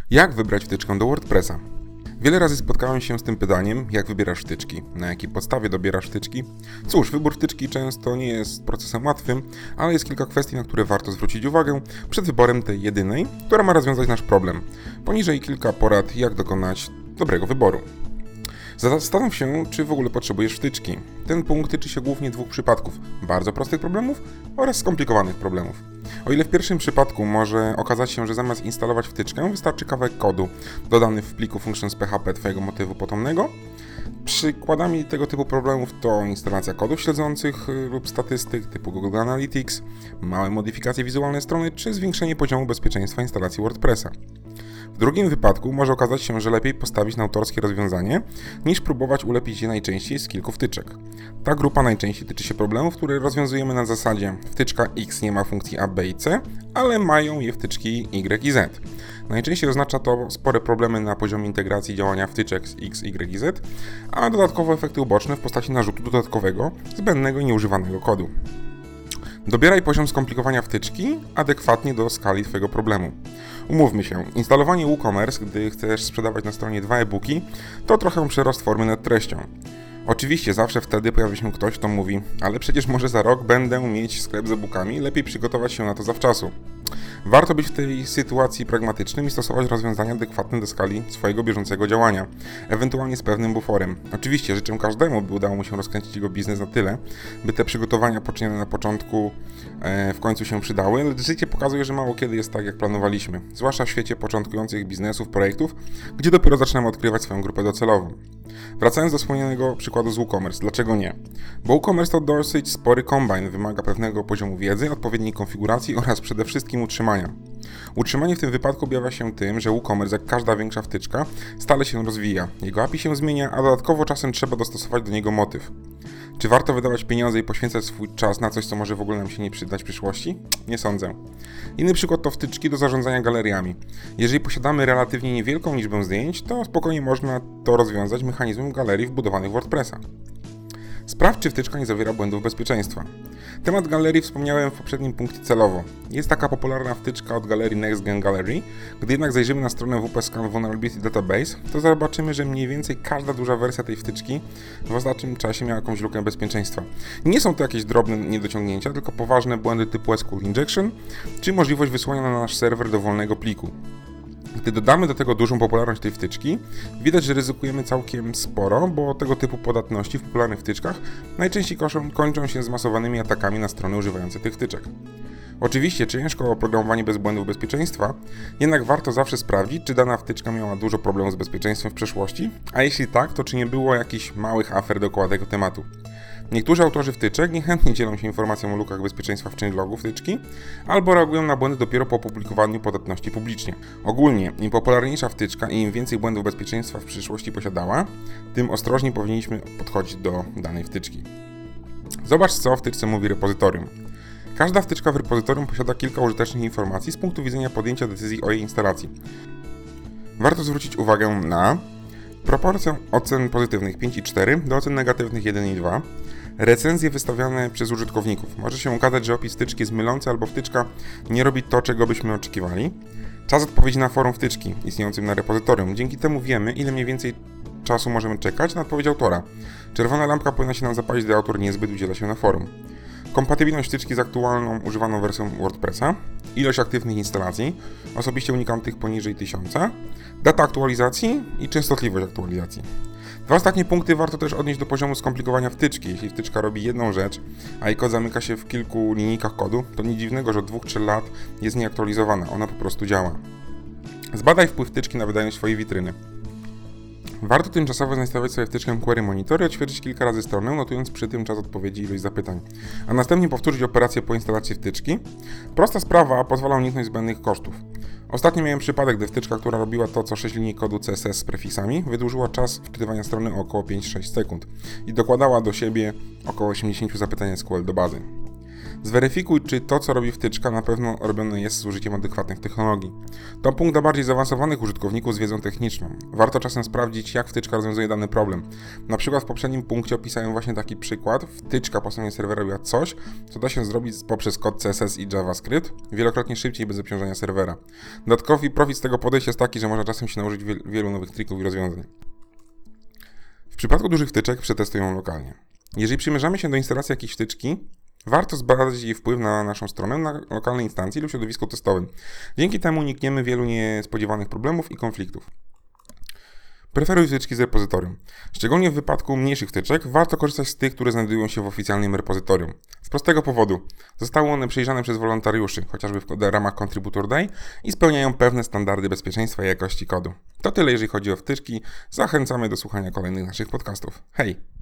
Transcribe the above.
Jak wybrać wtyczkę do WordPressa? Wiele razy spotkałem się z tym pytaniem, jak wybierasz wtyczki, na jakiej podstawie dobierasz wtyczki. Cóż, wybór wtyczki często nie jest procesem łatwym, ale jest kilka kwestii, na które warto zwrócić uwagę przed wyborem tej jedynej, która ma rozwiązać nasz problem. Poniżej kilka porad, jak dokonać dobrego wyboru. Zastanów się, czy w ogóle potrzebujesz wtyczki. Ten punkt tyczy się głównie dwóch przypadków: bardzo prostych problemów oraz skomplikowanych problemów. O ile w pierwszym przypadku może okazać się, że zamiast instalować wtyczkę, wystarczy kawałek kodu dodany w pliku functions.php Twojego motywu potomnego. Przykładami tego typu problemów to instalacja kodów śledzących lub statystyk typu Google Analytics, małe modyfikacje wizualne strony czy zwiększenie poziomu bezpieczeństwa instalacji WordPressa. W drugim wypadku może okazać się, że lepiej postawić na autorskie rozwiązanie, niż próbować ulepić je najczęściej z kilku wtyczek. Ta grupa najczęściej tyczy się problemów, które rozwiązujemy na zasadzie: wtyczka X nie ma funkcji A, B i C, ale mają je wtyczki Y i Z. Najczęściej oznacza to spore problemy na poziomie integracji działania wtyczek z X, Y i Z, a dodatkowo efekty uboczne w postaci narzutu dodatkowego, zbędnego i nieużywanego kodu. Dobieraj poziom skomplikowania wtyczki adekwatnie do skali Twojego problemu. Umówmy się, instalowanie WooCommerce, gdy chcesz sprzedawać na stronie 2 e-booki, to trochę przerost formy nad treścią. Oczywiście zawsze wtedy pojawi się ktoś, kto mówi: ale przecież może za rok będę mieć sklep z e-bookami, lepiej przygotować się na to zawczasu. Warto być w tej sytuacji pragmatycznym i stosować rozwiązania adekwatne do skali swojego bieżącego działania, ewentualnie z pewnym buforem. Oczywiście życzę każdemu, by udało mu się rozkręcić jego biznes na tyle, by te przygotowania poczynione na początku w końcu się przydały, lecz życie pokazuje, że mało kiedy jest tak, jak planowaliśmy, zwłaszcza w świecie początkujących biznesów, projektów, gdzie dopiero zaczynamy odkrywać swoją grupę docelową. Wracając do wspomnianego przykładu z WooCommerce, dlaczego nie? Bo WooCommerce to dosyć spory kombajn, wymaga pewnego poziomu wiedzy, odpowiedniej konfiguracji oraz przede wszystkim utrzymania. Utrzymanie w tym wypadku objawia się tym, że WooCommerce, jak każda większa wtyczka, stale się rozwija. Jego API się zmienia, a dodatkowo czasem trzeba dostosować do niego motyw. Czy warto wydawać pieniądze i poświęcać swój czas na coś, co może w ogóle nam się nie przydać w przyszłości? Nie sądzę. Inny przykład to wtyczki do zarządzania galeriami. Jeżeli posiadamy relatywnie niewielką liczbę zdjęć, to spokojnie można to rozwiązać mechanizmem galerii wbudowanych w WordPressa. Sprawdź, czy wtyczka nie zawiera błędów bezpieczeństwa. Temat galerii wspomniałem w poprzednim punkcie celowo. Jest taka popularna wtyczka od galerii NextGen Gallery. Gdy jednak zajrzymy na stronę WP-Scan Vulnerability Database, to zobaczymy, że mniej więcej każda duża wersja tej wtyczki w ostatnim czasie miała jakąś lukę bezpieczeństwa. Nie są to jakieś drobne niedociągnięcia, tylko poważne błędy typu SQL Injection, czy możliwość wysłania na nasz serwer dowolnego pliku. Gdy dodamy do tego dużą popularność tej wtyczki, widać, że ryzykujemy całkiem sporo, bo tego typu podatności w popularnych wtyczkach najczęściej kończą się zmasowanymi atakami na strony używające tych wtyczek. Oczywiście ciężko oprogramowanie bez błędów bezpieczeństwa, jednak warto zawsze sprawdzić, czy dana wtyczka miała dużo problemów z bezpieczeństwem w przeszłości, a jeśli tak, to czy nie było jakichś małych afer dookoła tego tematu. Niektórzy autorzy wtyczek niechętnie dzielą się informacją o lukach bezpieczeństwa w changelogu wtyczki, albo reagują na błędy dopiero po opublikowaniu podatności publicznie. Ogólnie, im popularniejsza wtyczka i im więcej błędów bezpieczeństwa w przyszłości posiadała, tym ostrożniej powinniśmy podchodzić do danej wtyczki. Zobacz, co o wtyczce mówi repozytorium. Każda wtyczka w repozytorium posiada kilka użytecznych informacji z punktu widzenia podjęcia decyzji o jej instalacji. Warto zwrócić uwagę na proporcję ocen pozytywnych 5,4 do ocen negatywnych 1,2, recenzje wystawiane przez użytkowników. Może się okazać, że opis wtyczki jest mylący albo wtyczka nie robi to, czego byśmy oczekiwali. Czas odpowiedzi na forum wtyczki istniejącym na repozytorium. Dzięki temu wiemy, ile mniej więcej czasu możemy czekać na odpowiedź autora. Czerwona lampka powinna się nam zapalić, gdy autor niezbyt udziela się na forum. Kompatybilność wtyczki z aktualną używaną wersją WordPressa, ilość aktywnych instalacji, osobiście unikam tych poniżej 1000, data aktualizacji i częstotliwość aktualizacji. Dwa ostatnie punkty warto też odnieść do poziomu skomplikowania wtyczki. Jeśli wtyczka robi jedną rzecz, a jej kod zamyka się w kilku linijkach kodu, to nic dziwnego, że od 2-3 lat jest nieaktualizowana, ona po prostu działa. Zbadaj wpływ wtyczki na wydajność swojej witryny. Warto tymczasowo zainstalować sobie wtyczkę Query Monitor i odświeżyć kilka razy stronę, notując przy tym czas odpowiedzi i ilość zapytań, a następnie powtórzyć operację po instalacji wtyczki. Prosta sprawa pozwala uniknąć zbędnych kosztów. Ostatnio miałem przypadek, gdy wtyczka, która robiła to, co 6 linii kodu CSS z prefiksami, wydłużyła czas wczytywania strony o około 5-6 sekund i dokładała do siebie około 80 zapytań SQL do bazy. Zweryfikuj, czy to, co robi wtyczka, na pewno robione jest z użyciem adekwatnych technologii. To punkt dla bardziej zaawansowanych użytkowników z wiedzą techniczną. Warto czasem sprawdzić, jak wtyczka rozwiązuje dany problem. Na przykład w poprzednim punkcie opisałem właśnie taki przykład. Wtyczka po stronie serwera robiła coś, co da się zrobić poprzez kod CSS i JavaScript, wielokrotnie szybciej bez obciążenia serwera. Dodatkowy profit z tego podejścia jest taki, że można czasem się nauczyć wielu nowych trików i rozwiązań. W przypadku dużych wtyczek przetestuj ją lokalnie. Jeżeli przymierzamy się do instalacji jakiejś wtyczki, warto zbadać jej wpływ na naszą stronę na lokalnej instancji lub środowisku testowym. Dzięki temu unikniemy wielu niespodziewanych problemów i konfliktów. Preferuj wtyczki z repozytorium. Szczególnie w wypadku mniejszych wtyczek warto korzystać z tych, które znajdują się w oficjalnym repozytorium. Z prostego powodu. Zostały one przejrzane przez wolontariuszy, chociażby w ramach Contributor Day i spełniają pewne standardy bezpieczeństwa i jakości kodu. To tyle, jeżeli chodzi o wtyczki. Zachęcamy do słuchania kolejnych naszych podcastów. Hej!